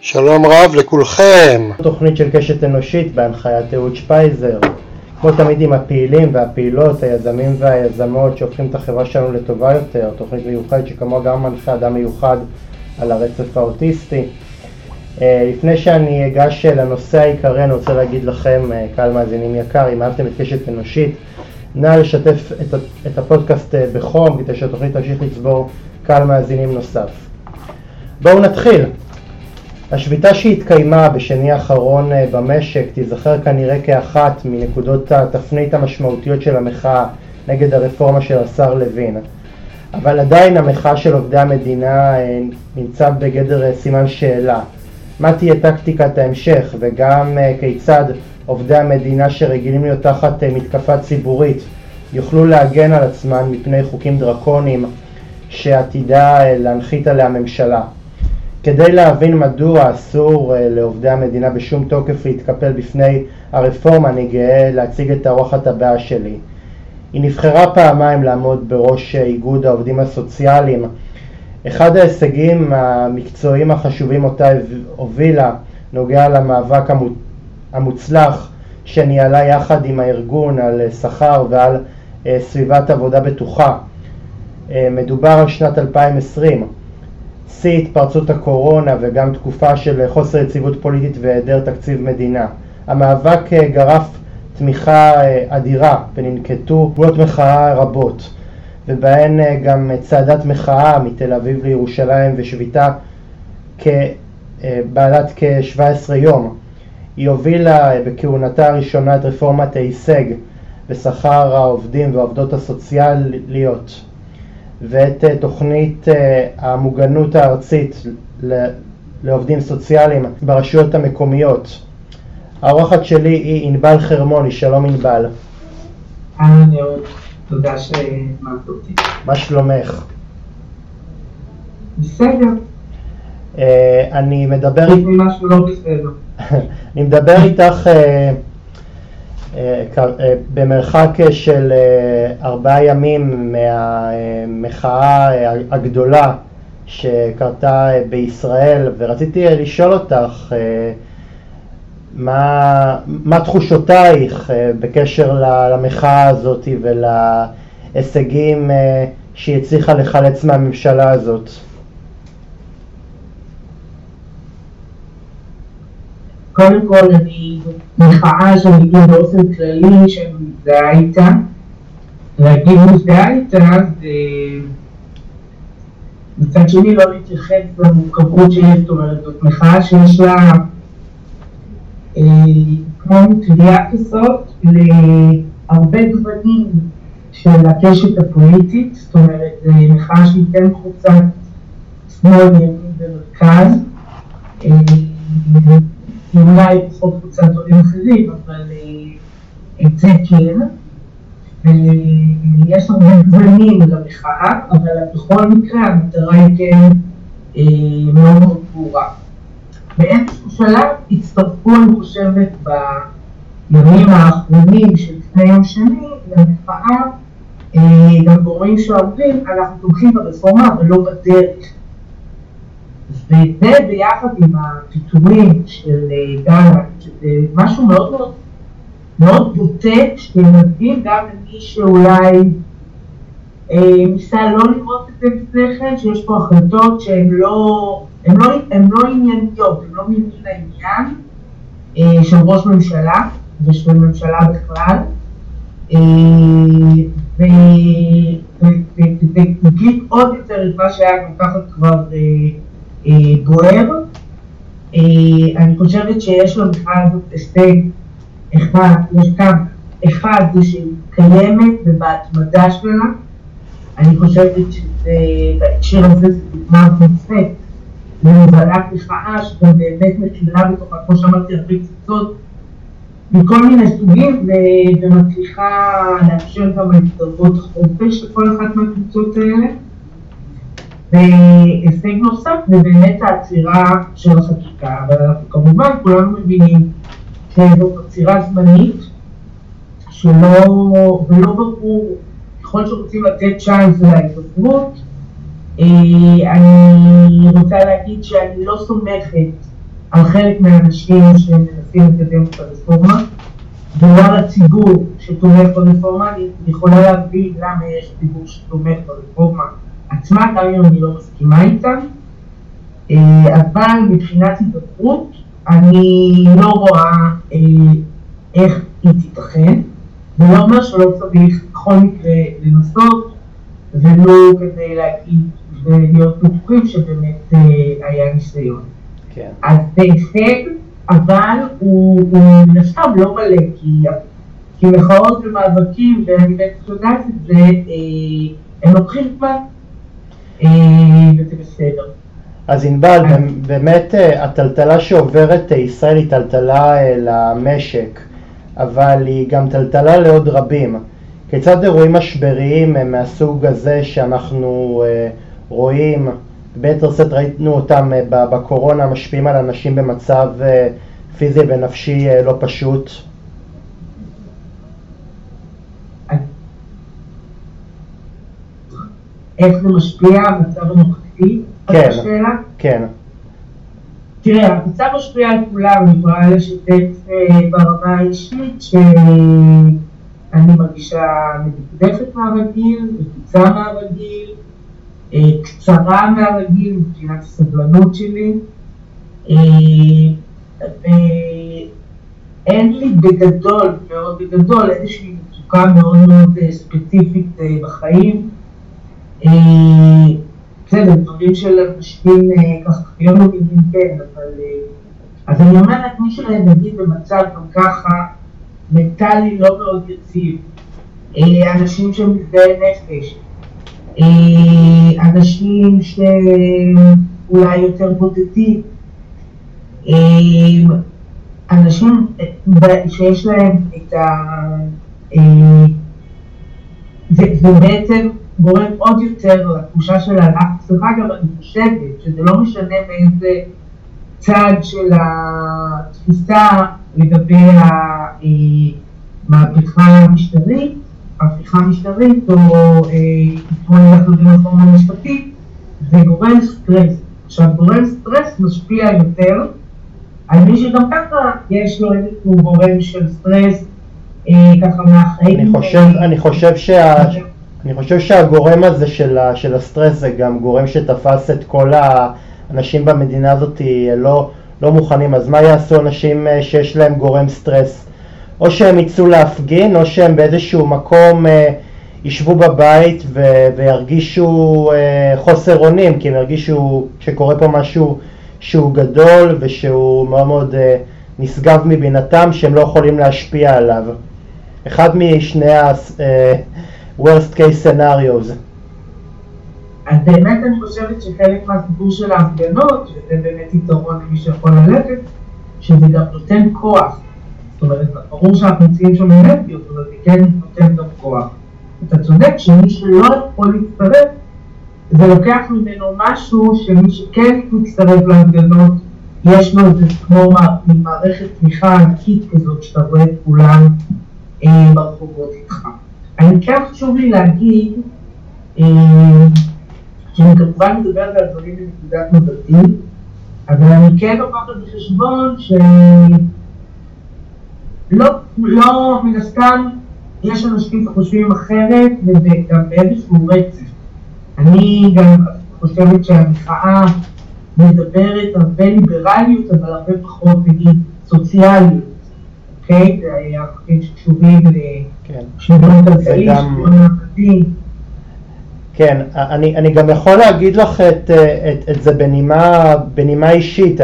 שלום רב לכולכם. תוכנית של קשת אנושית בהנחיית אהוד שפייזר. כמו תמיד עם הפעילים והפעילות, היזמים והיזמות שהופכים את החברה שלנו לטובה יותר. תוכנית מיוחדת שכמו גם מנחה אדם מיוחד על הרצף האוטיסטי. לפני שאני אגש לנושא העיקרי, אני רוצה להגיד לכם, קהל מאזינים יקר, אם אהבתם את קשת אנושית, נא לשתף את הפודקאסט בחום כדי שהתוכנית תמשיך לצבור קהל מאזינים נוסף. בואו נתחיל. השביתה שהתקיימה בשני האחרון במשק תיזכר כנראה כאחת מנקודות התפנית המשמעותיות של המחאה נגד הרפורמה של השר לוין. אבל עדיין המחאה של עובדי המדינה נמצא בגדר סימן שאלה. מה תהיה טקטיקת ההמשך וגם כיצד עובדי המדינה שרגילים להיות תחת מתקפה ציבורית יוכלו להגן על עצמם מפני חוקים דרקוניים שעתידה להנחית עליה הממשלה. כדי להבין מדוע אסור לעובדי המדינה בשום תוקף להתקפל בפני הרפורמה, אני גאה להציג את האורחת הבאה שלי. היא נבחרה פעמיים לעמוד בראש איגוד העובדים הסוציאליים. אחד ההישגים המקצועיים החשובים אותה הובילה נוגע למאבק המוצלח שניהלה יחד עם הארגון על שכר ועל סביבת עבודה בטוחה. מדובר על שנת 2020. שיא התפרצות הקורונה וגם תקופה של חוסר יציבות פוליטית והיעדר תקציב מדינה. המאבק גרף תמיכה אדירה וננקטו פעולות מחאה רבות, ובהן גם צעדת מחאה מתל אביב לירושלים ושביתה בעלת כ-17 יום. היא הובילה בכהונתה הראשונה את רפורמת ההישג ושכר העובדים והעובדות הסוציאליות ואת תוכנית המוגנות הארצית לעובדים סוציאליים ברשויות המקומיות. האורחת שלי היא ענבל חרמוני. שלום ענבל. מאוד, תודה שמעת אותי. מה שלומך? בסדר. אני מדבר משהו לא בסדר. אני מדבר איתך במרחק של 4 ימים מהמחאה הגדולה שקרתה בישראל, ורציתי לשאול אותך מה תחושותייך בקשר למחאה הזאת ולהישגים שהיא הצליחה לחלץ מהממשלה הזאת. קודם כל, אני מחאה שאני באופן כללי שמזדהה איתה. להגיד מזדהה איתה זה מצד שני לא להתייחס למורכבות שיש, זאת אומרת, זאת מחאה שיש לה כמו תביעה כזאת להרבה גוונים של הקשת הפוליטית, זאת אומרת, זה מחאה שייתן קבוצת שמאל, ימין ומרכז, אולי בכל קבוצת דברים אחרים, אבל את זה כן. ויש לנו גוונים למחאה, אבל בכל מקרה המטרה היא כן מאוד מאוד ברורה. באיזשהו שלב הצטרפו, אני חושבת, בימים האחרונים של לפני יום שני, למחאה גם גורמים שאומרים, אנחנו תומכים ברפורמה אבל לא בדרך. וזה ביחד עם הפיטורים של גלנט, שזה משהו מאוד מאוד מאוד בוטה, שמבין גם למי שאולי ניסה לא לראות את זה לפני כן, שיש פה החלטות שהן לא ענייניות, הן לא ממין העניין של ראש ממשלה ושל ממשלה בכלל, ותגיד עוד יותר את מה שהיה גם ככה כבר בוער. אני חושבת שיש למחאה הזאת הישג אחד, יש כאן אחד זה שהיא קיימת ובהתמדה שלה. אני חושבת שבהקשר הזה זה דוגמה מוצאת למובלת מחאה שגם באמת מכירה בתוכה, כמו שאמרתי, הרבה קבוצות מכל מיני סוגים, ומצליחה לאפשר גם את חופש לכל אחת מהקבוצות האלה. והישג נוסף זה באמת העצירה של החקיקה, אבל כמובן כולנו מבינים שזאת עצירה זמנית ולא ברור, ככל שרוצים לתת צ'אנס להידברות. אני רוצה להגיד שאני לא סומכת על חלק מהאנשים שמנסים לקדם את הרפורמה, ולא על הציבור שתומך ברפורמה. אני יכולה להבין למה יש ציבור שתומך ברפורמה עצמה, גם אם אני לא מסכימה איתם, אבל מבחינת הידברות אני לא רואה איך היא תיתכן, ולא אומר שלא צריך בכל מקרה לנסות, ולא כדי להגיד ולהיות בטוחים שבאמת היה ניסיון. כן. אז זה הישג, אבל הוא נסתם לא מלא, כי מחאות ומאבקים, ואני בטח יודעת את זה, הם לוקחים זמן, וזה בסדר. אז ענבל, באמת הטלטלה שעוברת ישראל היא טלטלה למשק, אבל היא גם טלטלה לעוד רבים. כיצד אירועים משבריים מהסוג הזה שאנחנו רואים, ביתר שאת ראינו אותם בקורונה, משפיעים על אנשים במצב פיזי ונפשי לא פשוט? איך זה משפיע המצב הנוכחי? כן, כן. תראה, המצב משפיע על כולם. אני יכולה לשתף ברמה האישית שאני מרגישה מדוקדפת מהרגיל, מפוצה מהרגיל, קצרה מהרגיל מבחינת הסבלנות שלי, ואין לי בגדול, מאוד בגדול, איזושהי מצוקה מאוד מאוד ספציפית בחיים. בסדר, דברים של אנשים ככה יום מבינים כן, אבל אז אני אומרת, מי שנגיד במצב גם ככה מנטלי לא מאוד יציב, אנשים שמזדהי נפש, אנשים שאולי יותר בודדים, אנשים שיש להם את זה בעצם גורם עוד יותר לתחושה של הלחץ. גם אני חושבת שזה לא משנה מאיזה צד של התפיסה לגבי המהפכה המשטרית, ההפיכה המשטרית, או כמו אנחנו יודעים רפורמה משפטית, זה גורם סטרס. עכשיו, גורם סטרס משפיע יותר על מי שגם ככה יש לו איזשהו גורם של סטרס ככה מהחיים. אני חושב שהגורם הזה של הסטרס זה גם גורם שתפס את כל האנשים במדינה הזאת לא מוכנים. אז מה יעשו אנשים שיש להם גורם סטרס? או שהם יצאו להפגין, או שהם באיזשהו מקום ישבו בבית וירגישו חוסר אונים, כי הם ירגישו שקורה פה משהו שהוא גדול ושהוא מאוד מאוד נשגב מבינתם, שהם לא יכולים להשפיע עליו. אחד משני worst case scenarios. אז באמת אני חושבת שחלק מהסיפור של ההפגנות, שזה באמת יתרון למי שיכול ללכת, שזה גם נותן כוח. זאת אומרת, ברור שאנחנו מציעים שם אנרגיות, אבל זה כן נותן גם כוח. אתה צודק שמי שלא יכול להצטרף, זה לוקח ממנו משהו שמי שכן מצטרף להפגנות, יש לו איזה כמו מערכת תמיכה ענקית כזאת שאתה רואה את כולם ברחובות איתך. אני כן חשוב לי להגיד, שאני כמובן מדברת על דברים בנקודת מבטי, אבל אני כן לוקחת בחשבון לא מן הסתם יש אנשים שחושבים אחרת וגם באיזשהו רצף. אני גם חושבת שהמחאה מדברת הרבה ליברליות, אבל הרבה פחות נגיד סוציאליות. אוקיי? זה היה חוקים שקשורים לשוויון כלכלי, שוויון מעמדי. כן, אני גם יכול להגיד לך את זה בנימה אישית.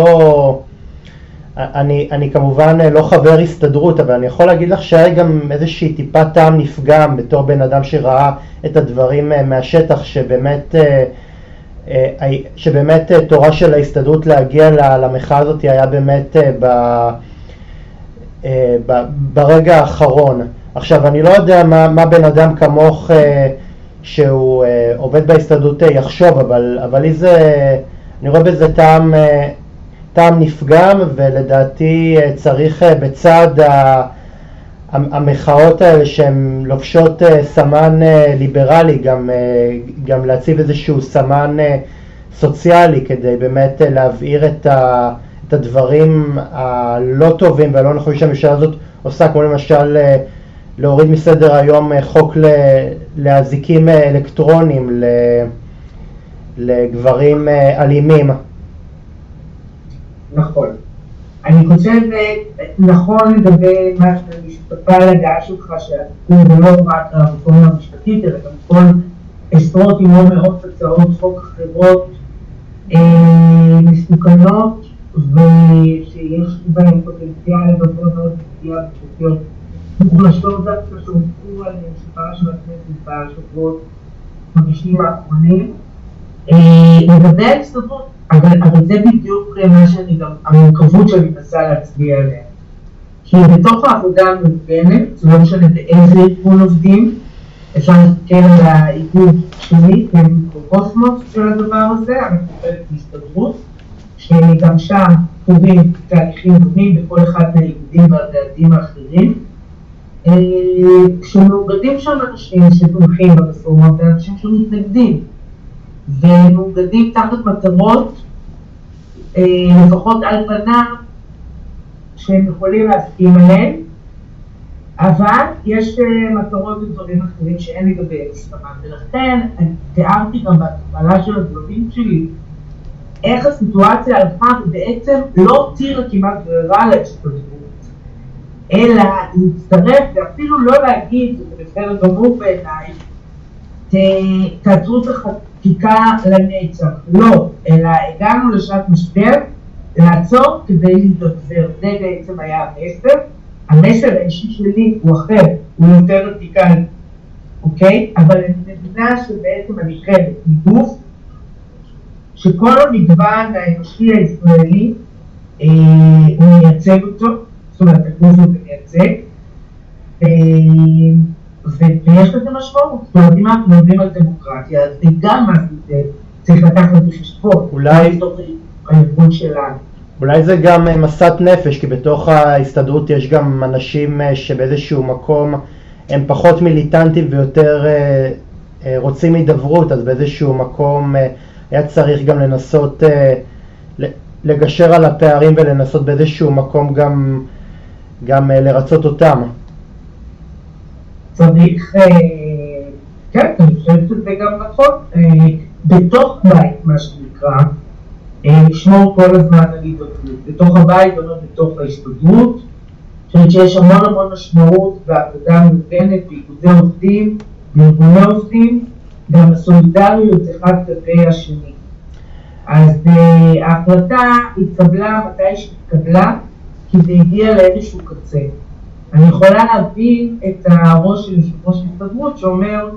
אני כמובן לא חבר הסתדרות, אבל אני יכול להגיד לך שהיה גם איזושהי טיפה טעם נפגם בתור בן אדם שראה את הדברים מהשטח, שבאמת תורה של ההסתדרות להגיע למחאה הזאת היה באמת ברגע האחרון. עכשיו, אני לא יודע מה בן אדם כמוך שהוא עובד בהסתדרות יחשוב, אבל אני רואה בזה טעם נפגם, ולדעתי צריך בצד המחאות האלה שהן לובשות סמן ליברלי, גם להציב איזשהו סמן סוציאלי, כדי באמת להבעיר את את הדברים הלא טובים והלא נכונים שהממשלה הזאת עושה, כמו למשל להוריד מסדר היום חוק לאזיקים אלקטרונים לגברים אלימים. נכון. אני חושבת, נכון לגבי מה שאני שותפה לדעה שלך, שהתיקון זה לא רק הרפורמה המשפטית, אלא גם כל עשרות אם לא מאות הצעות חוק אחרות מסוכנות, ושיש בהן פוטנציאל גבוה מאוד לפגיעה באוכלוסיות מוחלשות דווקא שהוצאו על שפרה של הכנסת בשבועות החודשים האחרונים. לגבי ההסתדרות, אבל זה בדיוק מה שאני גם, המורכבות שאני מנסה להצביע עליה. כי בתוך העבודה המאורגנת, זה לא משנה באיזה ארגון עובדים, אפשר להסתכל על האיגוד שלי, כמיקרוקוסמוס של הדבר הזה, אנחנו חלק מהסתדרות, שגם שם קורים תהליכים דומים בכל אחד מהאיגודים והוועדים האחרים, שמאוגדים שם אנשים שתומכים ברפורמה ואנשים שמתנגדים, ומאוגדים תחת מטרות, לפחות על פניו, שהם יכולים להסכים עליהם, אבל יש מטרות ודברים אחרים שאין לגבי הסכמה, ולכן אני תיארתי גם בהתחלה של הדברים שלי, איך הסיטואציה הלכה ובעצם לא הותירה כמעט ברירה להסתדרות, אלא להצטרף ואפילו לא להגיד, זה בסדר גמור בעיניי, תעצרו את החקיקה לנצח, לא, אלא הגענו לשעת משבר, לעצור כדי להתדבר, זה בעצם היה המסר. המסר האישי שלי הוא אחר, הוא יותר רדיקלי, אוקיי? אבל אני מבינה שבעצם אני חלק מגוף, שכל המגוון האנושי הישראלי, הוא מייצג אותו, זאת אומרת, הגוף הוא מייצג, ויש לזה משמעות. זאת אומרת, אם אנחנו מדברים על דמוקרטיה, אז גם מה זה צריך לקחת בחשבון, אולי בתוך הארגון שלנו. אולי זה גם מסת נפש, כי בתוך ההסתדרות יש גם אנשים שבאיזשהו מקום הם פחות מיליטנטים ויותר רוצים הידברות, אז באיזשהו מקום היה צריך גם לנסות לגשר על הפערים ולנסות באיזשהו מקום גם לרצות אותם. צריך, כן, אני חושבת שזה גם נכון, בתוך בית, מה שנקרא, לשמור כל הזמן על הידברות, בתוך הבית, אבל בתוך ההסתדרות. אני חושבת שיש המון משמעות בעבודה מאורגנת, באיגודי עובדים, בארגוני עובדים, גם הסולידריות אחד כלפי השני. אז ההחלטה התקבלה מתי שהתקבלה, כי זה הגיע לאיזשהו קצה. אני יכולה להבין את הראש של יושב ראש ההסתדרות שאומר,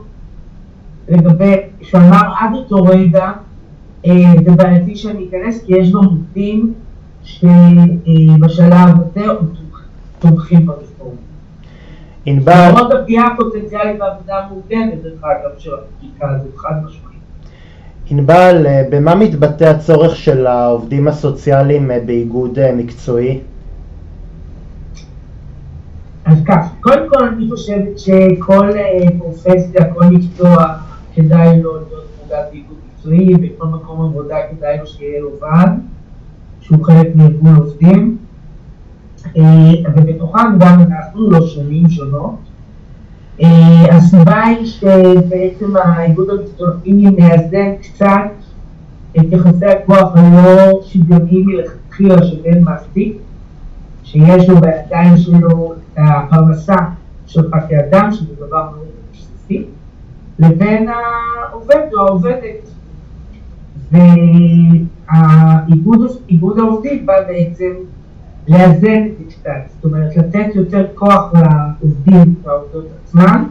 שאמר עד אותו רגע, זה בעייתי שאני אכנס, כי יש גם עובדים שבשלב הזה תומכים ברפורמה. למרות הפגיעה הפוטנציאלית בעבודה מאורגנת, דרך אגב, של החקיקה הזאת, חד משמעית. ענבל, במה מתבטא הצורך של העובדים הסוציאליים באיגוד מקצועי? אז כך, קודם כל אני חושבת שכל פרופסיה, כל מקצוע כדאי לו להיות מוגד באיגוד מקצועי, בכל מקום עבודה כדאי לו שיהיה לו ועד, שהוא חלק מארגון עובדים, ובתוכם גם אנחנו לא שונים שונות. הסיבה היא שבעצם האיגוד המקצועי מאזן קצת את יחסי הכוח הלא שוויוניים מלכתחילה שבין מעסיק, שיש לו בידיים שלו את הפרנסה שלך כאדם, שזה דבר מאוד בסיסי, לבין העובד או העובדת. והאיגוד העובדים בא בעצם לאזן את זה קצת, זאת אומרת לתת יותר כוח לעובדים והעובדות עצמם,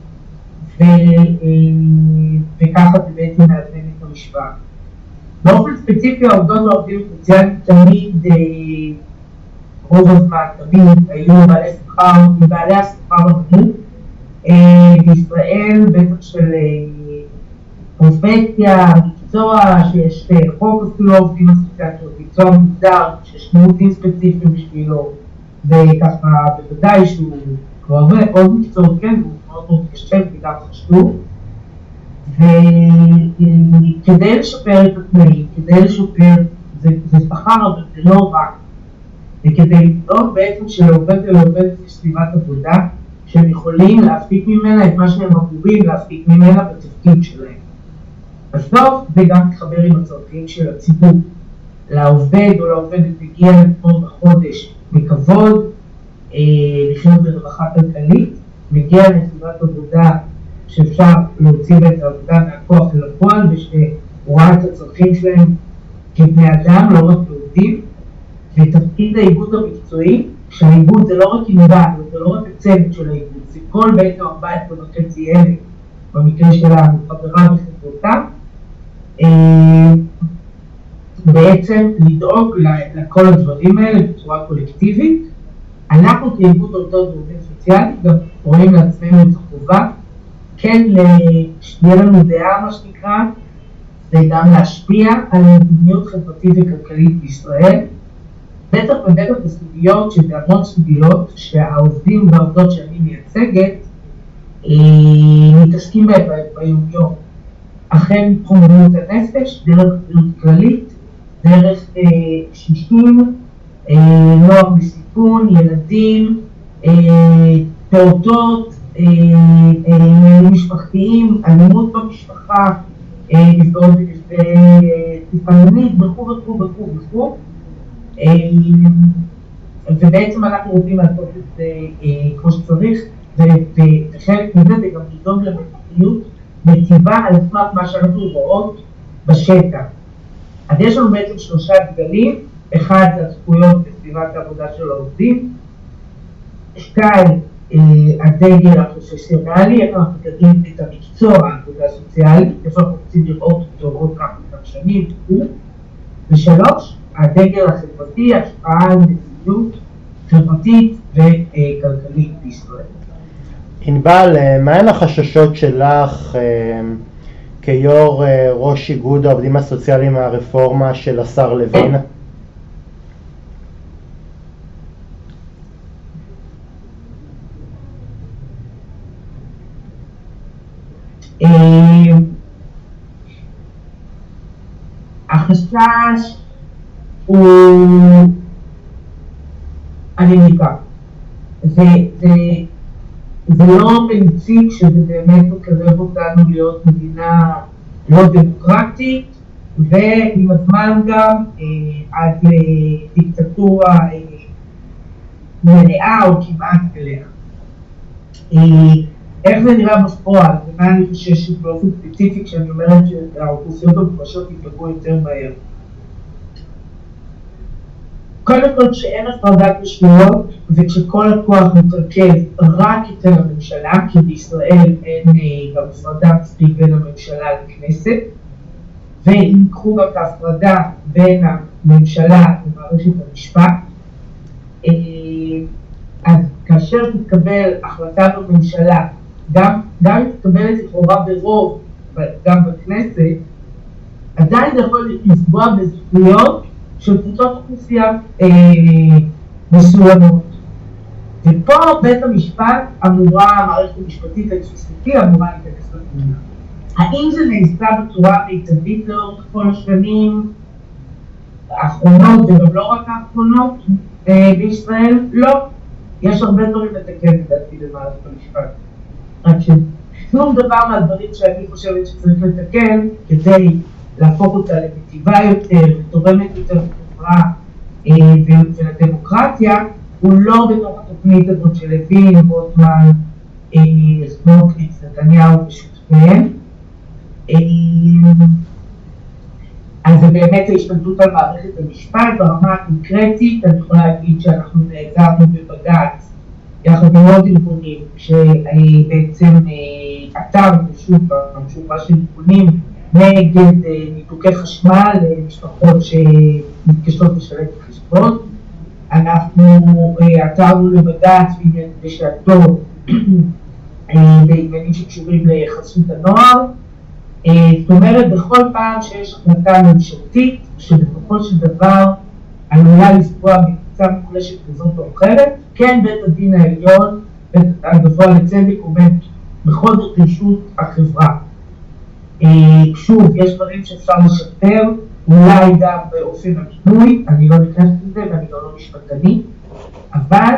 וככה זה בעצם לאזן את המשוואה. באופן ספציפי העובדות והעובדים הסוציאליים תמיד, רוב הזמן תמיד היו בעלי השכר הנמוך. בישראל בטח של פרופסיה, מקצוע שיש חוק אפילו עובדים הסוציאליים, מקצוע מוגדר שיש לימודים ספציפיים בשבילו, וככה בוודאי שהוא כבר הרבה עוד מקצועות, כן, הוא מאוד קשה וגם חשוב, וכדי לשפר את התנאים, כדי לשפר זה שכר, אבל זה לא רק. וכדי לדאוג בעצם שלעובד ולעובד יש סביבת עבודה, שהם יכולים להפיק ממנה את מה שהם אמורים להפיק ממנה בתפקיד שלהם. בסוף זה גם מתחבר עם הצרכים של הציבור. לעובד או לעובדת מגיע לגמור בחודש בכבוד, לחיות ברווחה כלכלית, מגיע לסביבת עבודה שאפשר להוציא את העבודה מהכוח אל הפועל, ושרואה את הצרכים שלהם כבני אדם, לא רק לעובדים. ותפקיד האיגוד המקצועי, שהאיגוד זה לא רק איגוד, זה לא רק הצוות של האיגוד, זה כל בעצם 14,500 במקרה שלנו, חברה וחברותה, בעצם לדאוג לכל הדברים האלה בצורה קולקטיבית. אנחנו כאיגוד עובדות ועובדים סוציאליים גם רואים לעצמנו את החובה, כן, שיהיה לנו דעה מה שנקרא, וגם להשפיע על מדיניות חברתית וכלכלית בישראל. בטח ובטח בסוגיות שזה המון סוגיות שהעובדים והעובדות שאני מייצגת מתעסקים בהם ביום-יום. החל מתחום בריאות הנפש, דרך בריאות כללית, דרך קשישים, נוער בסיכון, ילדים, פעוטות, משפחתיים, אלימות במשפחה, נפגעות תקיפה מינית, וכו'. ובעצם אנחנו רוצים לעשות את זה כמו שצריך, וחלק מזה זה גם לדאוג למדיניות מטיבה על סמך מה שאנחנו רואות בשטח. אז יש לנו בעצם 3 דגלים, אחד זה הזכויות בסביבת העבודה של העובדים, 2 הדגל הפרופסיונלי, איך אנחנו מקדמים את המקצוע העבודה הסוציאלית, איפה אנחנו רוצים לראות אותו עוד כמה שנים, ו3 הדגל החברתי, השפעה על מדיניות חברתית וכלכלית בישראל. ענבל, מהן החששות שלך כיו"ר ראש איגוד העובדים הסוציאליים מהרפורמה של השר לוין? החשש הוא הנמיקה. זה לא מציג שזה באמת מקרב אותנו להיות מדינה לא דמוקרטית, ועם הזמן גם עד לדיקטטורה מלאה או כמעט מלאה. איך זה נראה בפועל, ומה אני חוששת באופן ספציפי כשאני אומרת שהאוכלוסיות המוחלשות יתפגעו יותר מהר. קודם כל כשאין הפרדת רשויות וכשכל הכוח מתרכז רק אצל הממשלה, כי בישראל אין גם הפרדה מספיק בין הממשלה לכנסת, ואם יקחו גם את ההפרדה בין הממשלה למערכת המשפט, אז כאשר תתקבל החלטה בממשלה, גם אם תתקבל לכאורה ברוב גם בכנסת, עדיין יכול לפגוע בזכויות של קבוצות אוכלוסייה מסוימות. ופה בית המשפט אמורה, המערכת המשפטית התפיסתי אמורה להיכנס לתמונה. האם זה נעשה בצורה מיטבית לאורך כל השנים האחרונות, וגם לא רק האחרונות בישראל? לא. יש הרבה דברים לתקן לדעתי במערכת המשפט. רק ששום דבר מהדברים שאני חושבת שצריך לתקן כדי להפוך אותה למיטיבה יותר, ותורמת יותר לחברה ולדמוקרטיה, הוא לא בתוך התוכנית הזאת של לוין, רוטמן, סמוטריץ', נתניהו ושותפיהם. אז זה באמת ההשתלטות על מערכת המשפט. ברמה הקונקרטית אני יכולה להגיד שאנחנו נעזרנו בבג"ץ יחד עם עוד ארגונים, שבעצם עתרנו שורה של ארגונים נגד ניתוקי חשמל למשפחות שמתקשות לשלם את החשבון. אנחנו עתרנו לבג"ץ בשעתו בעניינים שקשורים לחסות הנוער. זאת אומרת, בכל פעם שיש החלטה ממשלתית שבסופו של דבר עלולה לפגוע בקבוצה מוחלשת כזאת או אחרת, כן בית הדין העליון, בית הגבוה לצדק, עומד בכל זאת לרשות החברה. שוב, יש דברים שאפשר לשפר, אולי גם באופן המינוי, אני לא נכנסת לזה ואני לא משפטנית, אבל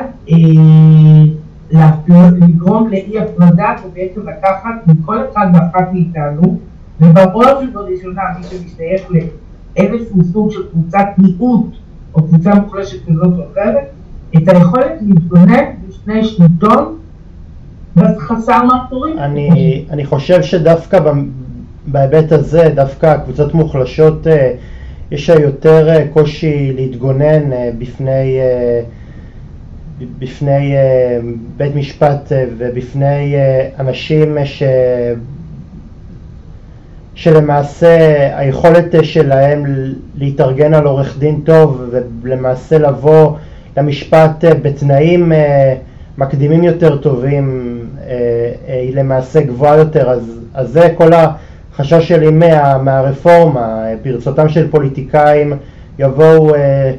לגרום לאי הפרדה ובעצם לקחת מכל אחד ואחת מאיתנו, ובראש ובראשונה מי שמשתייך לאיזשהו סוג של קבוצת מיעוט או קבוצה מוחלשת כזאת או אחרת, את היכולת להתגונן בפני שלטון חסר מעצורים. אני חושב שדווקא בהיבט הזה, דווקא קבוצות מוחלשות יש יותר קושי להתגונן בפני בית משפט ובפני אנשים שלמעשה היכולת שלהם להתארגן על עורך דין טוב ולמעשה לבוא למשפט בתנאים מקדימים יותר טובים היא למעשה גבוהה יותר. אז זה כל החשש שלי מהרפורמה. ברצותם של פוליטיקאים יבואו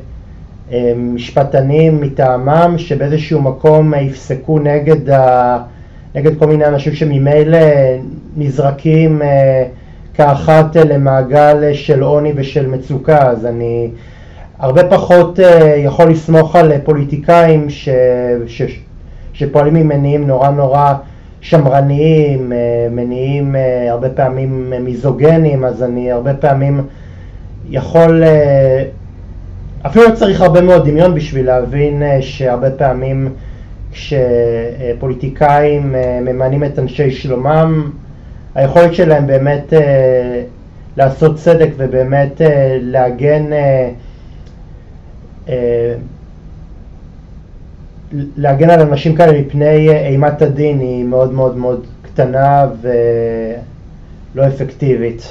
משפטנים מטעמם שבאיזשהו מקום יפסקו נגד כל מיני אנשים שממילא נזרקים כאחת למעגל של עוני ושל מצוקה. אז אני הרבה פחות יכול לסמוך על פוליטיקאים שפועלים ממניעים נורא שמרניים, מניעים הרבה פעמים מיזוגנים. אז אני הרבה פעמים יכול, אפילו צריך הרבה מאוד דמיון בשביל להבין שהרבה פעמים כשפוליטיקאים ממנים את אנשי שלומם, היכולת שלהם באמת לעשות צדק ובאמת להגן על אנשים כאלה מפני אימת הדין היא מאוד מאוד מאוד קטנה ולא אפקטיבית.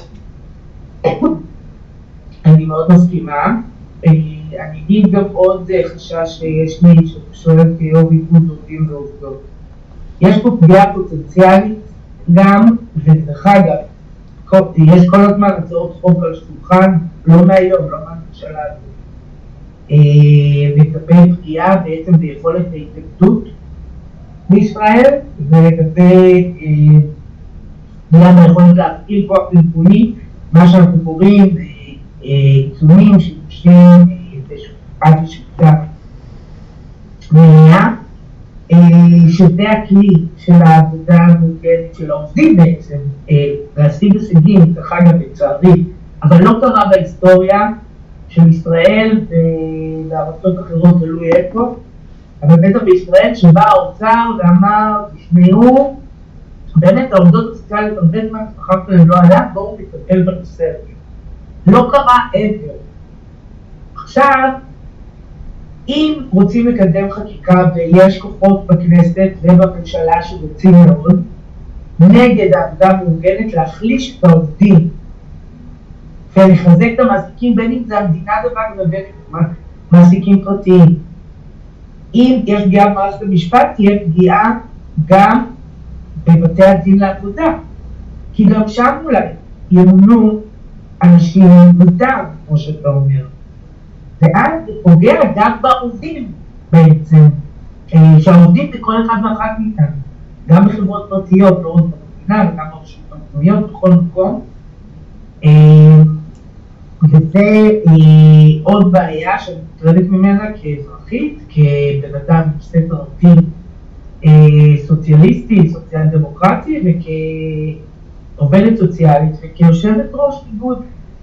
אני מאוד מסכימה. אני אגיד גם עוד חשש שיש לי ששואלת כיו"ר איגוד עובדים ועובדות. יש פה פגיעה פוטנציאלית גם, ודרך אגב, יש כל הזמן הצעות חוק על שולחן, לא מהיום, לא מהממשלה הזאת. לגבי פגיעה בעצם ביכולת ההתנגדות בישראל, ולגבי פגיעה ביכולת להפעיל כוח ארגוני, מה שאנחנו קוראים עיצומים שימושים בשופט ושופטה מניעה, שזה הכלי של העבודה המאורגנת של העובדים בעצם, להשיג הישגים, דרך אגב לצערי, אבל לא קרה בהיסטוריה של ישראל ובארצות אחרות תלוי איפה, אבל בטח בישראל שבא האוצר ואמר, תשמעו, באמת העובדות הסוציאליות הרבה זמן השכר שלהם לא עלה, בואו נטפל בנושא הזה. לא קרה ever. עכשיו, אם רוצים לקדם חקיקה ויש כוחות בכנסת ובממשלה שרוצים מאוד, נגד העבודה המאורגנת להחליש את העובדים ולחזק את המעסיקים, בין אם זה המדינה דבר ובין אם מעסיקים פרטיים. אם יש פגיעה במערכת המשפט, תהיה פגיעה גם בבתי הדין לעבודה. כי גם שם אולי ימונו אנשים מוטב, כמו שאתה אומר. ואז זה פוגע גם בעובדים בעצם, שהעובדים זה כל אחד ואחת מאיתנו. גם בחברות פרטיות, לא רק במדינה, וגם ברשויות המקומיות, בכל מקום. וזה עוד בעיה שאני מוטרדת ממנה כאזרחית, כבן אדם ספר ערבי סוציאליסטי, סוציאל דמוקרטי, וכעובדת סוציאלית וכיושבת ראש איגוד.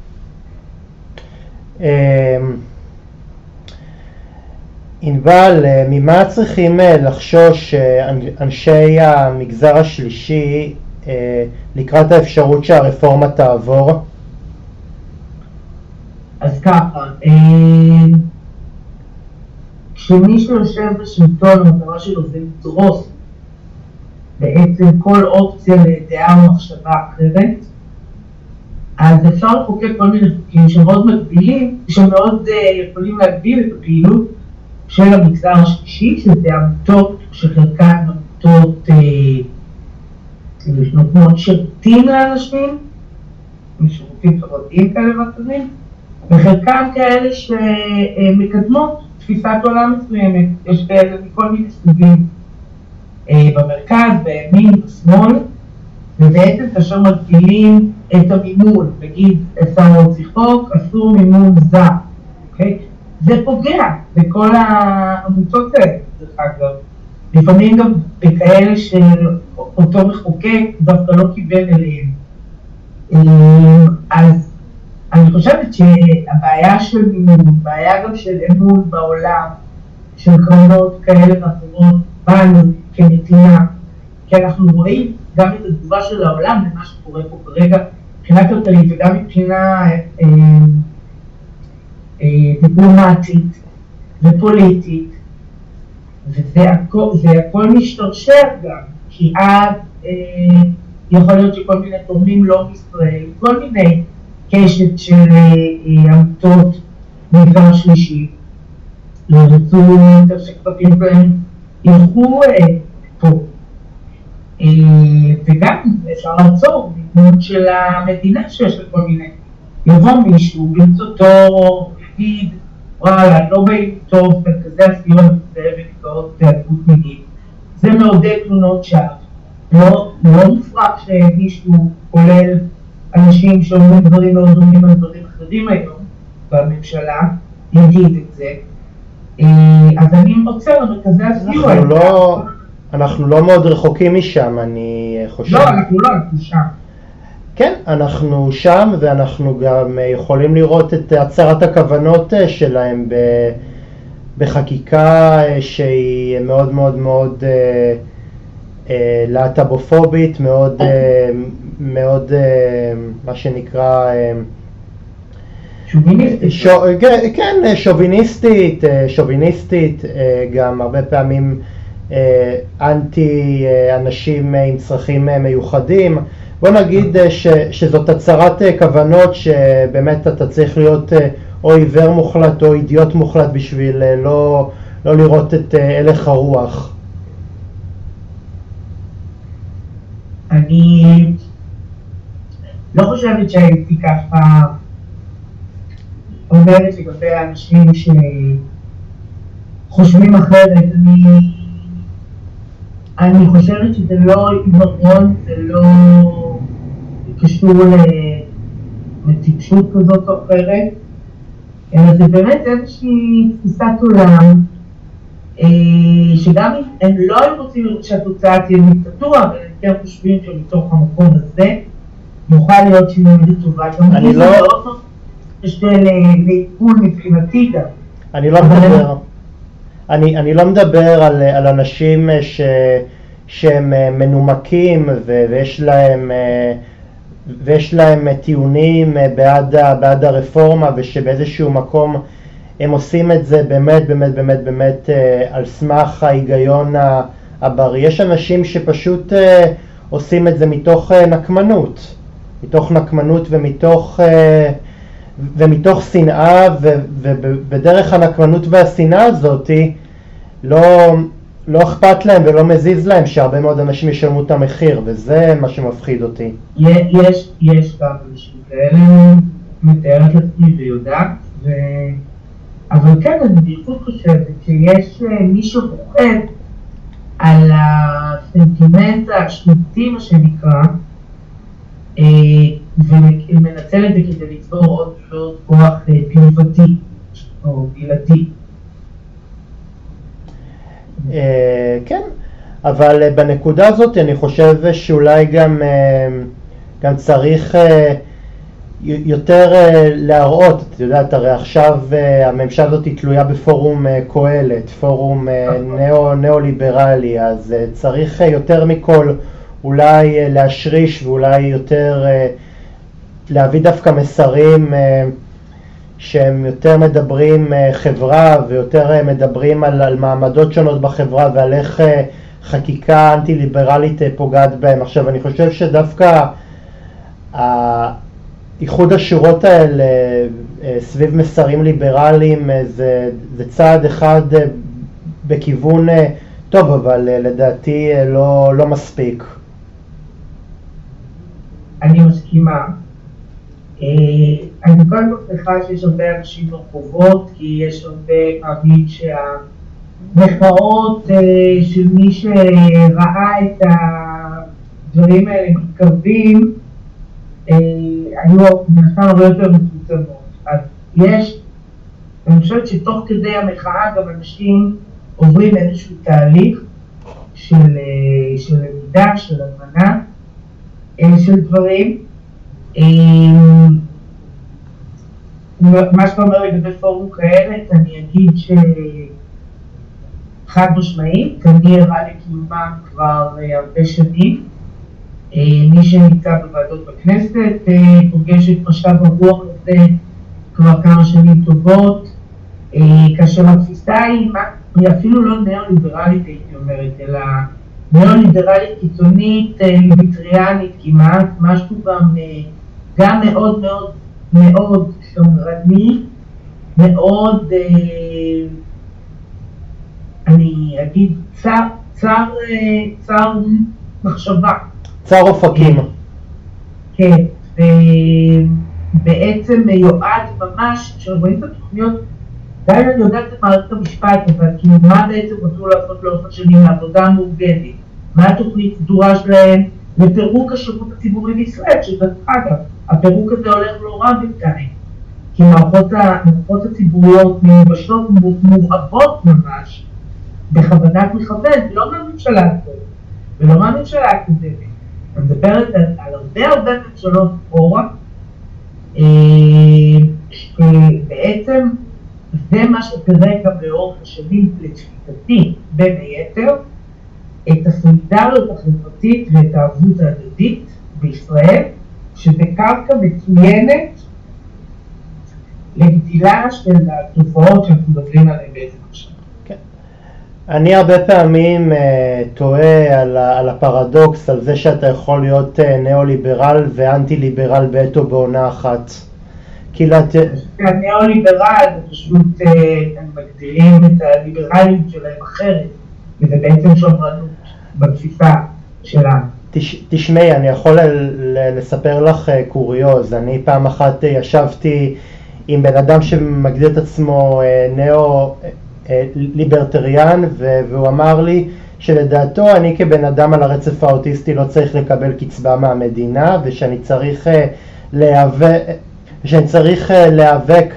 ענבל, ממה צריכים לחשוש אנשי המגזר השלישי לקראת האפשרות שהרפורמה תעבור? אז ככה, כשמי שיושב בשלטון, המטרה שלו זה לדרוס בעצם כל אופציה לדעה או מחשבה אחרת, אז אפשר לחוקק כל מיני חוקים שמאוד מגבילים, שמאוד יכולים להגביל את הפעילות של המגזר השלישי, שזה עמותות שחלקן עמותות שנותנות שירותים לאנשים, שירותים חברתיים כאלה ואחרים, וחלקם כאלה שמקדמות תפיסת עולם מסוימת. יש כאלה מכל מיני סוגים במרכז, בימין, בשמאל, ובעצם כאשר מגבילים את המימון, נגיד אפשר להוציא חוק, אסור מימון זר, אוקיי? זה פוגע בכל העמותות האלה, דרך אגב. לפעמים גם בכאלה שאותו מחוקק דווקא לא כיוון אליהם. אז אני חושבת שהבעיה של מימון, בעיה גם של אמון בעולם, של קרנות כאלה ואחרות, בנו כנתינה, כי אנחנו רואים גם את התגובה של העולם למה שקורה פה כרגע, מבחינה כלכלית וגם מבחינה דיפלומטית ופוליטית, וזה הכל משתרשר גם, כי עד יכול להיות שכל מיני תורמים לא מישראל, כל מיני קשת של עמותות מגזר שלישי, ירצו שכספים שלהם ילכו פה. וגם אפשר לעצור מימון של המדינה שיש לכל מיני. יבוא מישהו, ברצותו, יגיד, וואלה, לא באים טוב, מרכזי הסיוע הזה ונפגעות התאבדות מינית. זה מעודד תלונות שווא. לא מופרק שמישהו כולל אנשים שאומרים דברים מאוד דומים על דברים אחרים היום בממשלה, יגיד את זה. אז אני רוצה למרכזי הסיוע. אנחנו לא מאוד רחוקים משם, אני חושב. לא, אנחנו שם. כן, אנחנו שם, ואנחנו גם יכולים לראות את הצהרת הכוונות שלהם בחקיקה שהיא מאוד מאוד מאוד להט"בופובית, מאוד מה שנקרא שוביניסטית, גם הרבה פעמים אנטי אנשים עם צרכים מיוחדים. בוא נגיד שזאת הצהרת כוונות שבאמת אתה צריך להיות או עיוור מוחלט או אידיוט מוחלט בשביל לא לראות את הלך הרוח. אני לא חושבת שהייתי ככה אומרת לגבי האנשים שחושבים אחרת. אני חושבת שזה לא עיוורון, זה לא קשור לטיפשות כזאת או אחרת, אלא זה באמת איזושהי תפיסת עולם, שגם אם הם לא היו רוצים שהתוצאה תהיה דיקטטורה, אבל הם כן חושבים שמתוך המקום הזה יוכל להיות שינוי לטובה. אני לא יש לעיכול מבחינתי גם. אני לא מדבר על אנשים שהם מנומקים ויש להם טיעונים בעד הרפורמה, ושבאיזשהו מקום הם עושים את זה באמת על סמך ההיגיון הבריא. יש אנשים שפשוט עושים את זה מתוך נקמנות ומתוך שנאה, ובדרך הנקמנות והשנאה הזאת לא אכפת להם ולא מזיז להם שהרבה מאוד אנשים ישלמו את המחיר, וזה מה שמפחיד אותי. יש גם אנשים כאלה, מתארת לעצמי ויודעת, אבל כן, אני בייחוד חושבת שיש מי שרוכב על הסנטימנט השנתי, מה שנקרא, ומנצל את זה כדי לצבור עוד ועוד כוח תנובתי או בלעדי. כן, אבל בנקודה הזאת אני חושב שאולי גם צריך יותר להראות. את יודעת, הרי עכשיו הממשלה הזאת תלויה בפורום קהלת, פורום ניאו-ליברלי, אז צריך יותר מכל אולי להשריש, ואולי יותר להביא דווקא מסרים שהם יותר מדברים חברה, ויותר מדברים על מעמדות שונות בחברה, ועל איך חקיקה אנטי-ליברלית פוגעת בהם. עכשיו, אני חושב שדווקא איחוד השורות האלה סביב מסרים ליברליים זה צעד אחד בכיוון טוב, אבל לדעתי לא מספיק. אני מסכימה. אני קודם כל שמחה שיש הרבה אנשים ברחובות, כי יש הרבה פעמים שהמחאות של מי שראה את הדברים האלה מתקרבים, היו נכנסנו הרבה יותר מצומצמות. אז יש, אני חושבת שתוך כדי המחאה גם אנשים עוברים איזשהו תהליך של למידה, של הבנה, של דברים. מה שאתה אומר לגבי פורום כאלה, אני אגיד שחד משמעית, אני ערה לקיומה כבר הרבה שנים. מי שנמצא בוועדות בכנסת פוגש את משב הרוח הזה כבר כמה שנים טובות, כאשר התפיסה היא אפילו לא ניאו-ליברלית הייתי אומרת, אלא ניאו-ליברלית קיצונית, ליברטריאנית כמעט, משהו גם מאוד מאוד מאוד שמרני, מאוד, אני אגיד, צר מחשבה. צר אופקים. כן, ובעצם מיועד ממש, כשרואים את התוכניות, גם אני יודעת את מערכת המשפט, אבל כאילו מה בעצם רצו לעשות לאורך השנים לעבודה המאורגנת, מה התוכנית סדורה שלהם לפירוק השירות הציבורי בישראל, שדרך אגב, הפירוק הזה הולך לא רע בינתיים, כי המערכות הציבוריות מיובשות מורעבות ממש, בכוונת מכוון, לא מהממשלה הזאת, ולא מהממשלה הקודמת. אני מדברת על הרבה ממשלות אורה, שבעצם זה מה שפירק גם לאורך השנים לתפיסתי בין היתר, את הסולידריות החברתית ואת הערבות ההדדית בישראל, שזה קרקע מצוינת לגדילה של התופעות שאנחנו מדברים עליהן בעצם עכשיו. אני הרבה פעמים טועה על הפרדוקס, על זה שאתה יכול להיות ניאו-ליברל ואנטי-ליברל בעת או בעונה אחת. הניאו-ליברל זה פשוט, הם מגדירים את הליברליות שלהם אחרת, וזה בעצם שמרנות בתפיסה שלנו. תשמעי, אני יכול לספר לך קוריוז. אני פעם אחת ישבתי עם בן אדם שמגדיר את עצמו ליברטריאן, והוא אמר לי שלדעתו אני כבן אדם על הרצף האוטיסטי לא צריך לקבל קצבה מהמדינה, ושאני צריך להיאבק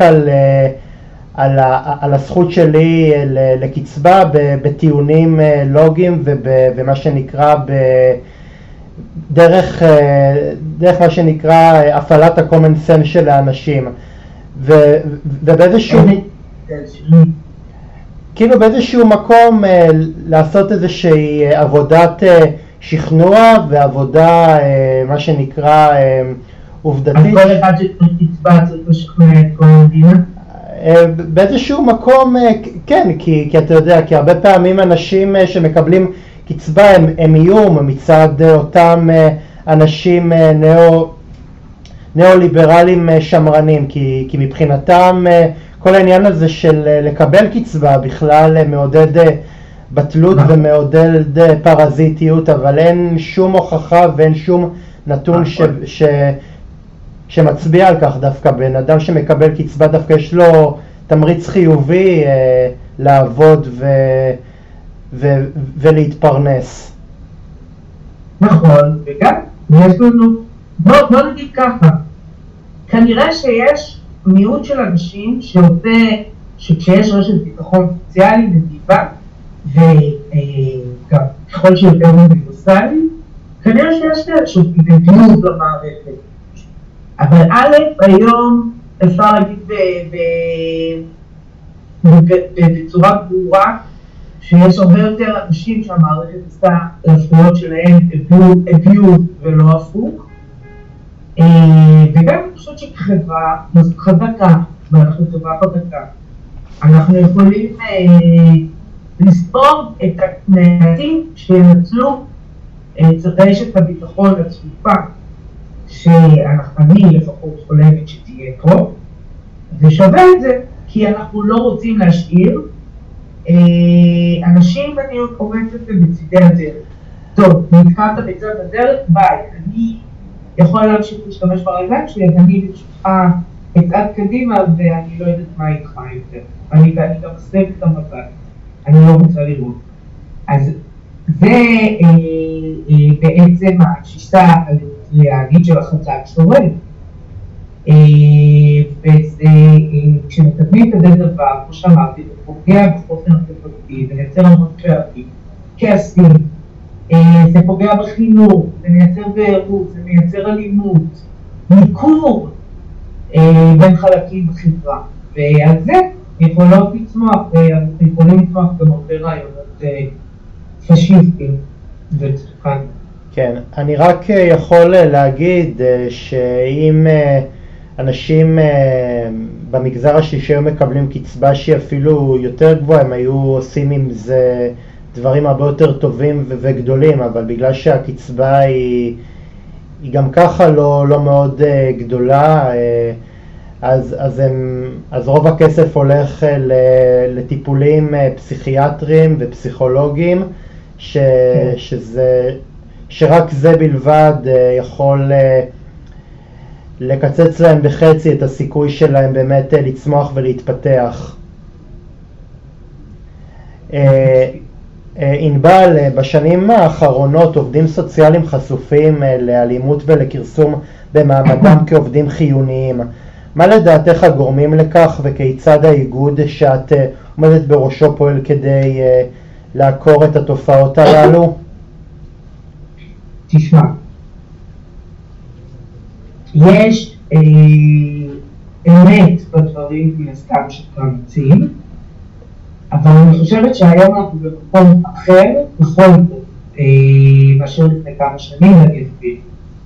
על הזכות שלי לקצבה בטיעונים לוגיים ובמה שנקרא דרך מה שנקרא הפעלת ה-common sense של האנשים. ובאיזשהו כאילו באיזשהו מקום לעשות איזושהי עבודת שכנוע ועבודה מה שנקרא עובדתית. אז כל אחד שתצבע צריך לשכנע את כל המדינה? באיזשהו מקום כן, כי אתה יודע, כי הרבה פעמים אנשים שמקבלים קצבה הם איום מצד אותם אנשים ניאו-ליברלים שמרנים, כי מבחינתם כל העניין הזה של לקבל קצבה בכלל מעודד בטלות ומעודד פרזיטיות, אבל אין שום הוכחה ואין שום נתון שמצביע על כך. דווקא בן אדם שמקבל קצבה דווקא יש לו תמריץ חיובי לעבוד ולהתפרנס. נכון, וגם יש לנו, בוא נגיד ככה, כנראה שיש מיעוט של אנשים שכשיש רשת ביטחון סוציאלי נדיבה, וגם ככל שיותר אוניברסלי, כנראה שיש כאלה שמתנגדות למערכת. אבל א', היום אפשר להגיד בצורה ברורה, שיש הרבה יותר אנשים שהמערכת עשתה לזכויות שלהם הביאו ולא הפוך. וגם אני חושבת שכחברה חזקה, ואנחנו חברה חזקה, אנחנו יכולים לספור את המעטים שינצלו את רשת הביטחון הצפופה, שאני לפחות חולמת שתהיה פה, ושווה את זה, כי אנחנו לא רוצים להשאיר אנשים, אני אומרת את זה בצדי הדרך. טוב, נתקעת בצד הדרך, ביי, אני יכול להמשיך להשתמש ברגליים שלי, אז אני ברשותך אצעד קדימה, ואני לא יודעת מה איתך יותר. אני גם אסב את המבט, אני לא רוצה לראות. אז זה בעצם התפיסה הליברטריאנית של החזק שורד. וזה, כשמקדמים כזה דבר, כמו שאמרתי, זה פוגע בחוסן החברתי, זה מייצר המון פערים, כעסים, זה פוגע בחינוך, זה מייצר בעירות, זה מייצר אלימות, ניכור בין חלקים בחברה, ועל זה יכולים לצמוח גם הרבה רעיונות פשיסטיים וצריכה. כן, אני רק יכול להגיד שאם אנשים במגזר השלישי היו מקבלים קצבה שהיא אפילו יותר גבוהה, הם היו עושים עם זה דברים הרבה יותר טובים וגדולים, אבל בגלל שהקצבה היא גם ככה לא מאוד גדולה, אז רוב הכסף הולך לטיפולים פסיכיאטריים ופסיכולוגיים, שרק זה בלבד יכול לקצץ להם בחצי את הסיכוי שלהם באמת לצמוח ולהתפתח. ענבל, בשנים האחרונות עובדים סוציאליים חשופים לאלימות ולכרסום במעמדם כעובדים חיוניים. מה לדעתך הגורמים לכך וכיצד האיגוד שאת עומדת בראשו פועל כדי לעקור את התופעות הללו? תשמע, יש אמת בדברים מן הסתם שאתה מציעים, אבל אני חושבת שהיום אנחנו במקום אחר בכל זאת מאשר לפני כמה שנים. אני אסביר.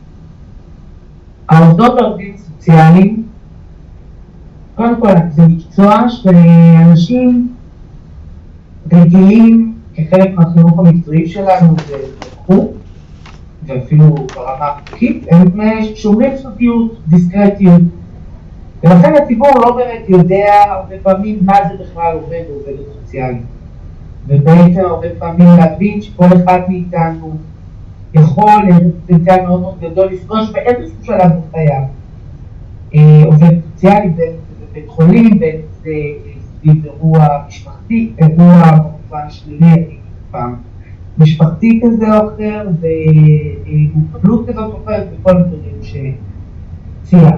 העובדות והעובדים סוציאליים, קודם כל זה מקצוע שאנשים רגילים כחלק מהחינוך המקצועי שלנו ולקחו, ואפילו ברמה החוקית, הם שומרים סודיות, דיסקרטיות, ולכן הציבור לא באמת יודע הרבה פעמים מה זה בכלל עובד או עובדת סוציאלית. ובעצם הרבה פעמים להבין שכל אחד מאיתנו יכול לפוטנציאל מאוד מאוד גדול לפגוש באיזשהו שלב בחייו. עובד סוציאלי בבית חולים, סביב אירוע משפחתי, אירוע במובן שלילי, פעם משפחתי כזה או אחר, ומוגבלות כזאת או אחרת, וכל הדברים שציין.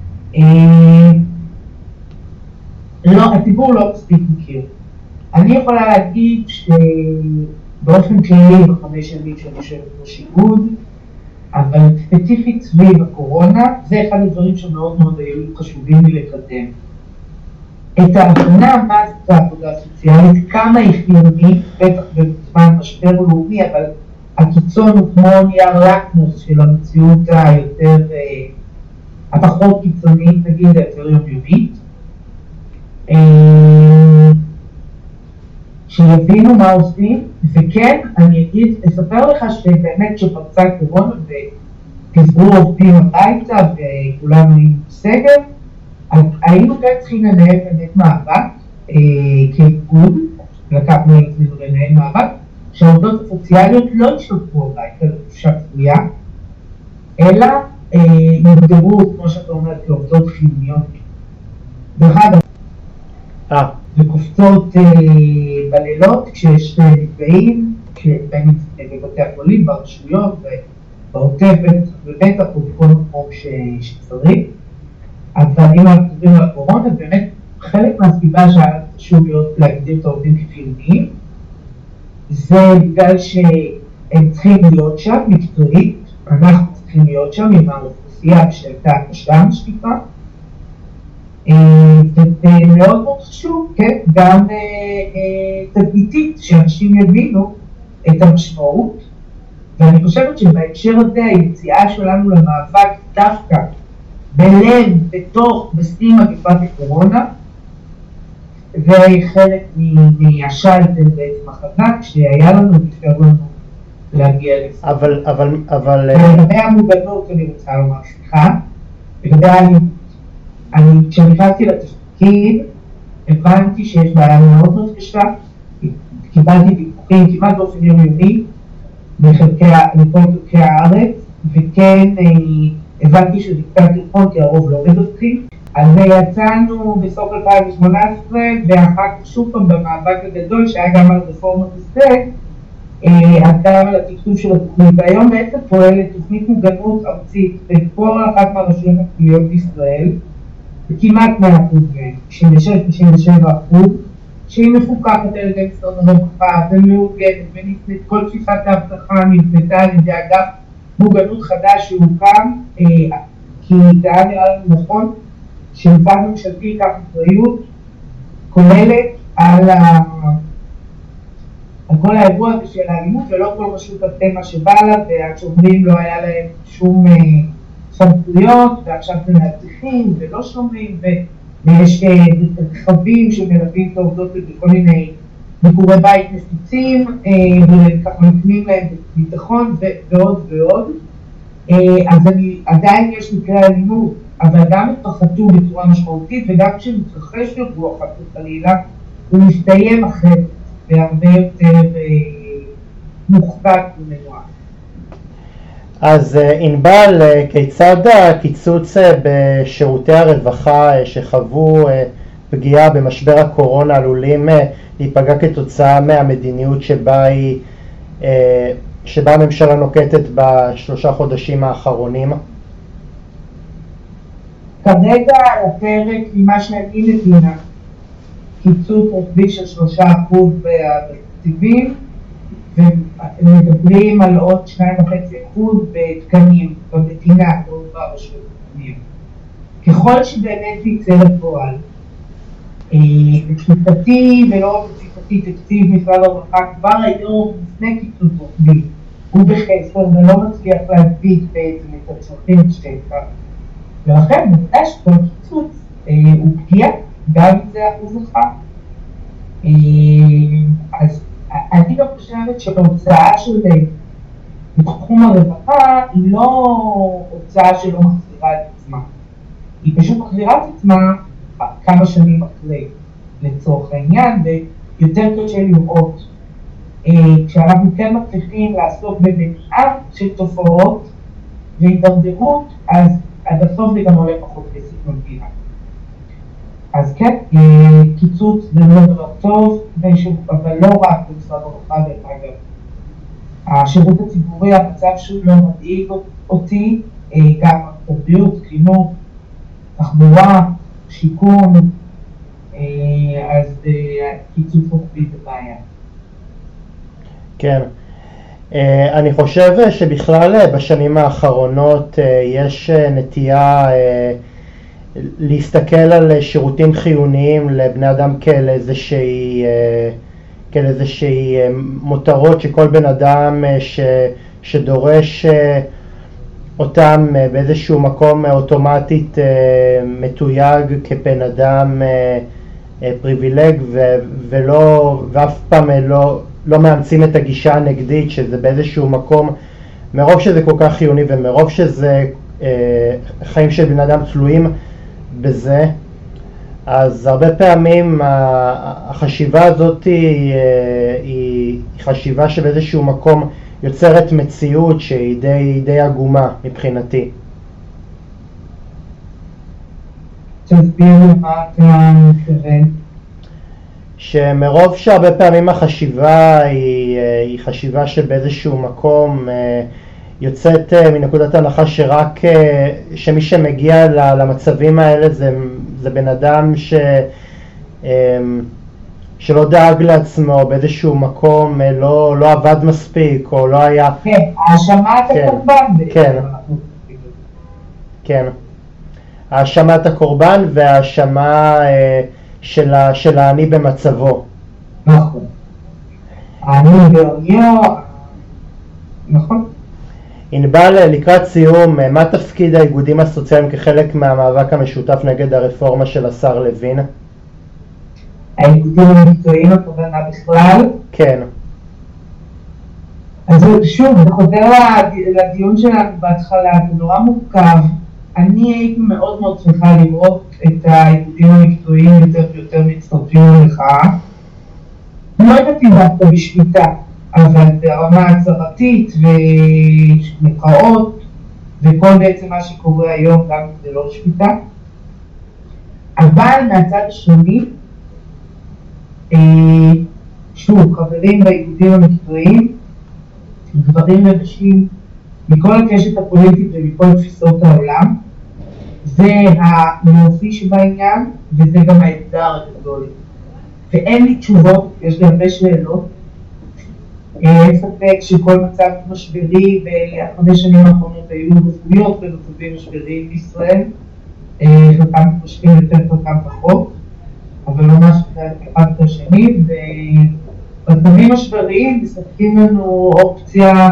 לא, הציבור לא מספיק מכיר. אני יכולה להגיד שבאופן כללי בחמש שנים שאני יושבת ראש איגוד, אבל ספציפית סביב הקורונה, זה אחד הדברים שמאוד מאוד היו חשובים לי לקדם. את ההבנה מה זאת העבודה הסוציאלית, כמה היא חיונית, בטח בזמן משבר לאומי, אבל הקיצון הוא כמו נייר לקמוס של המציאות היותר, הפחות קיצונית, נגיד, היותר יומיומית. שיבינו מה עושים, וכן, אני אספר לך שבאמת שפרצה קורונה ותסגרו עובדים הביתה וכולנו היינו בסגר, היינו כאן צריכים לנהל באמת מאבק כאיגוד, לקחנו לעצמנו לנהל מאבק, שהעובדות הסוציאליות לא ישלחו הביתה לחופשה קבועה, אלא יוגדרו, כמו שאתה אומרת, כעובדות חיוניות. דרך אגב, וקופצות בלילות כשיש נפגעים, בבתי החולים, ברשויות, בעוטף ובטח ובכל מקום שצריך. אבל אם אנחנו מדברים על הקורונה, באמת חלק מהסיבה שהיה חשוב להגדיר את העובדים כחיוניים, זה בגלל שהם צריכים להיות שם מקצועית, אנחנו צריכים להיות שם עם האוכלוסייה שהייתה קשה משקיפה, ומאוד מאוד חשוב, כן, גם תדמיתית, שאנשים יבינו את המשמעות, ואני חושבת שבהקשר הזה היציאה שלנו למאבק דווקא בלב, בתוך, בשיא מגפת הקורונה, וחלק מהשלטר בעצם החזק שהיה לנו ואפשר לנו להגיע לזה. אבל לגבי המוגנות אני רוצה לומר, סליחה, לגבי האלימות. כשנכנסתי לתפקיד, הבנתי שיש בעיה מאוד מאוד קשה, קיבלתי דיווחים כמעט באופן יומיומי מכל חלקי הארץ, וכן הבנתי שזה קצת נכון כי הרוב לא מדווחים. אז יצאנו בסוף 2018, ואחר כך שוב פעם במאבק הגדול שהיה גם על רפורמת הסטייק, עלתה על התקצוב של התוכנית, והיום בעצם פועלת תוכנית מוגנות ארצית בכל אחת מהרשויות המקומיות בישראל, בכמעט 100%, 96-97%, שהיא מפוקחת על ידי משרד הרווחה ומאורגנת, וכל תפיסת האבטחה נבנתה על ידי אגף מוגנות חדש שהוקם, כי זה היה נראה לנו נכון שמשרד ממשלתי ייקח אחריות כוללת על כל האירוע הזה של האלימות, ולא כל רשות עשתה מה שבא לה, והשומרים לא היה להם שום סמכויות, ועכשיו זה מאבטחים ולא שומרים, ויש רכבים שמלווים את העובדות בכל מיני ביקורי בית מפיצים, וככה נותנים להם ביטחון ועוד ועוד. אז עדיין יש מקרה אלימות, אבל גם התפחתו בצורה משמעותית, וגם כשמתרחש אירוע חס וחלילה, הוא מסתיים אחרת, והרבה יותר מוחבט ומנועה. אז ענבל, כיצד הקיצוץ בשירותי הרווחה שחוו פגיעה במשבר הקורונה עלולים להיפגע כתוצאה מהמדיניות שבה הממשלה נוקטת בשלושה חודשים האחרונים? כרגע על הפרק ממה שאני מבינה, קיצוץ רוחבי של 3% בתקציבים, ומדברים על עוד 2.5% בתקנים במדינה, לא ברשויות המקומיות. ככל שבאמת יצא לפועל, בתפיסתי ולא בתפיסתי תקציב משרד הרווחה כבר היום לפני קיצוץ רוחבי, הוא בחסר ולא מצליח להדביק בעצם את הצרכים שתקה. ולכן בוודאי שכל קיצוץ הוא פגיעה, גם אם זה 1%. אז אני גם חושבת שההוצאה שלהם בתחום הרווחה היא לא הוצאה שלא מחזירה את עצמה. היא פשוט מחזירה את עצמה כמה שנים אחרי, לצורך העניין, ויותר קשה לראות. כשאנחנו כן מצליחים לעסוק במניעה של תופעות והידרדרות, אז עד הסוף זה גם עולה פחות כסף במדינה. אז כן, קיצוץ זה לא דבר טוב, אבל לא רק במשרד הרווחה דרך אגב. השירות הציבורי, המצב שהוא לא מדאיג אותי, גם בריאות, חינוך, תחבורה, שיקום, אז קיצוץ רוחבי זה בעיה. כן. אני חושב שבכלל בשנים האחרונות יש נטייה להסתכל על שירותים חיוניים לבני אדם כאל איזושהי מותרות שכל בן אדם שדורש אותם באיזשהו מקום אוטומטית מתויג כבן אדם פריבילג, ואף פעם לא מאמצים את הגישה הנגדית, שזה באיזשהו מקום, מרוב שזה כל כך חיוני ומרוב שזה חיים של בן אדם תלויים בזה, אז הרבה פעמים החשיבה הזאת היא חשיבה שבאיזשהו מקום יוצרת מציאות שהיא די עגומה מבחינתי. תסביר מה אתה מתכוון. שמרוב שהרבה פעמים החשיבה היא חשיבה שבאיזשהו מקום יוצאת מנקודת הנחה שרק שמי שמגיע למצבים האלה זה בן אדם שלא דאג לעצמו באיזשהו מקום, לא עבד מספיק או לא היה... כן, האשמת הקורבן. כן, כן. האשמת הקורבן והאשמה של האני במצבו. נכון. האני בעוניו, נכון. ענבל, לקראת סיום, מה תפקיד האיגודים הסוציאליים כחלק מהמאבק המשותף נגד הרפורמה של השר לוין? האיגודים המקצועיים הכוונה בכלל? כן. אז שוב, זה חוזר לדיון שלנו בהתחלה, זה נורא מורכב. אני הייתי מאוד מאוד שמחה לראות את האיגודים המקצועיים יותר ויותר מצטרפים למחאה. לא ידעתי דווקא בשביתה, אבל ברמה הצהרתית ומחאות, וכל בעצם מה שקורה היום גם זה לא שביתה. אבל מהצד השני, שוב, חברים באיגודים המקצועיים, גברים ונשים מכל הקשת הפוליטית ומכל תפיסות העולם. זה היופי שבעניין, וזה גם האתגר הגדול. ואין לי תשובות, יש לי הרבה שאלות. אין ספק שכל מצב משברי, ב5 שנים האחרונות היו רפואיות במצבים משבריים בישראל, חלקם חושבים יותר, חלקם פחות, אבל ממש אחד את השני, ובמצבים משבריים מספקים לנו אופציה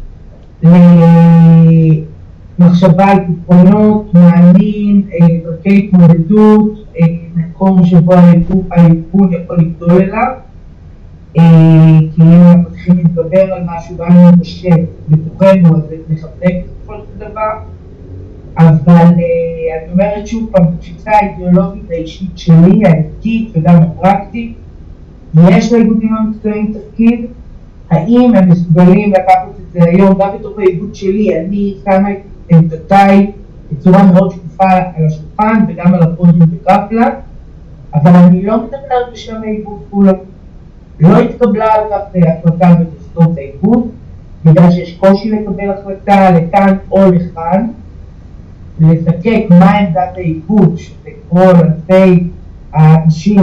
למחשבה על פתרונות, מענים, דרכי התמודדות, מקום שבו הארגון יכול לגדול אליו, כי אם אנחנו צריכים להתגבר על משהו גם אם קשה בתוכנו, אז זה מחבק בסופו של דבר. אבל אני אומרת שוב פעם, בתפיסה האידיאולוגית האישית שלי, הערכית וגם הפרקטית, יש לאיגודים המקצועיים תפקיד. האם הם מסוגלים לקחת את זה היום, גם בתוך האיגוד שלי, אני שמה את עמדותיי בצורה מאוד שקופה על השולחן וגם על הפודיום בקפלן, אבל אני לא מדברת בשם האיגוד כולו. לא התקבלה על כך החלטה במוסדות האיגוד, בגלל שיש קושי לקבל החלטה לכאן או לכאן, לזקק מה עמדת האיגוד, שזה כל אלפי האנשים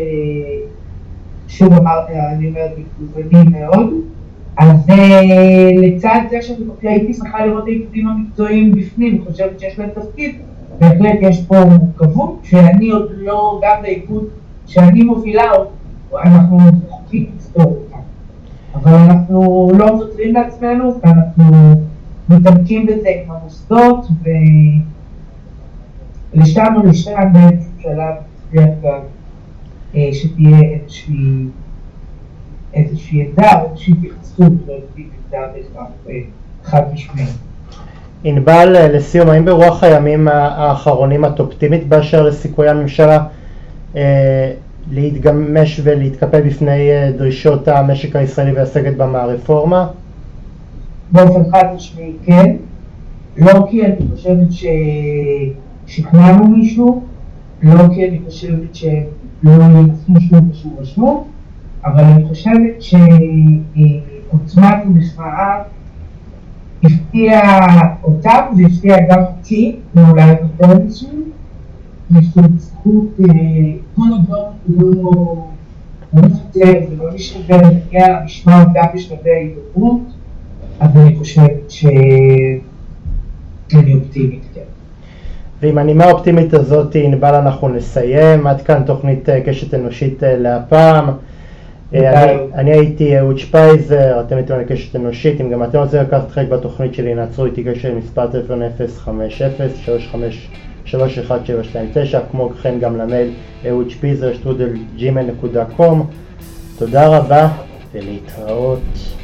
שוב אני אומרת מגוונים מאוד. אז לצד זה הייתי שמחה לראות האיגודים המקצועיים בפנים, אני חושבת שיש להם תפקיד, בהחלט יש פה מורכבות, שאני עוד לא, גם באיגוד שאני מובילה, אנחנו רחוקים לפתור אותה. אבל אנחנו לא מוותרים לעצמנו, ואנחנו מתעמקים בזה עם המוסדות, ולשם באיזשהו שלב שתהיה איזושהי עמדה, איזושהי התייחסות, לא תהיה עמדה בכך חד משמעית. ענבל, לסיום, האם ברוח הימים האחרונים את אופטימית באשר לסיכויי הממשלה להתגמש ולהתקפל בפני דרישות המשק הישראלי ולסגת בה מהרפורמה? באופן חד משמעי כן, לא כי אני חושבת ששכנענו מישהו, לא כי אני חושבת שלא ינסו שוב ושוב ושוב, אבל אני חושבת שעוצמת המחאה הפתיעה אותם והפתיעה גם אותי, ואולי יותר מסוים, בזכות כל הדברים לא נפטר ולא נשתבר להגיע למשמעת גם בשלבי ההידברות, אז אני חושבת שאני אופטימית, כן. ועם הנימה האופטימית הזאת, ענבל, אנחנו נסיים. עד כאן תוכנית קשת אנושית להפעם. אני הייתי אהוד שפייזר, אתם איתנו לקשת אנושית. אם גם אתם רוצים לקחת חלק בתוכנית שלי, נעצרו איתי קשר מספר טלפון 050-35-31-729, כמו כן גם למייל ehudshpeizer@gmail.com. תודה רבה ולהתראות.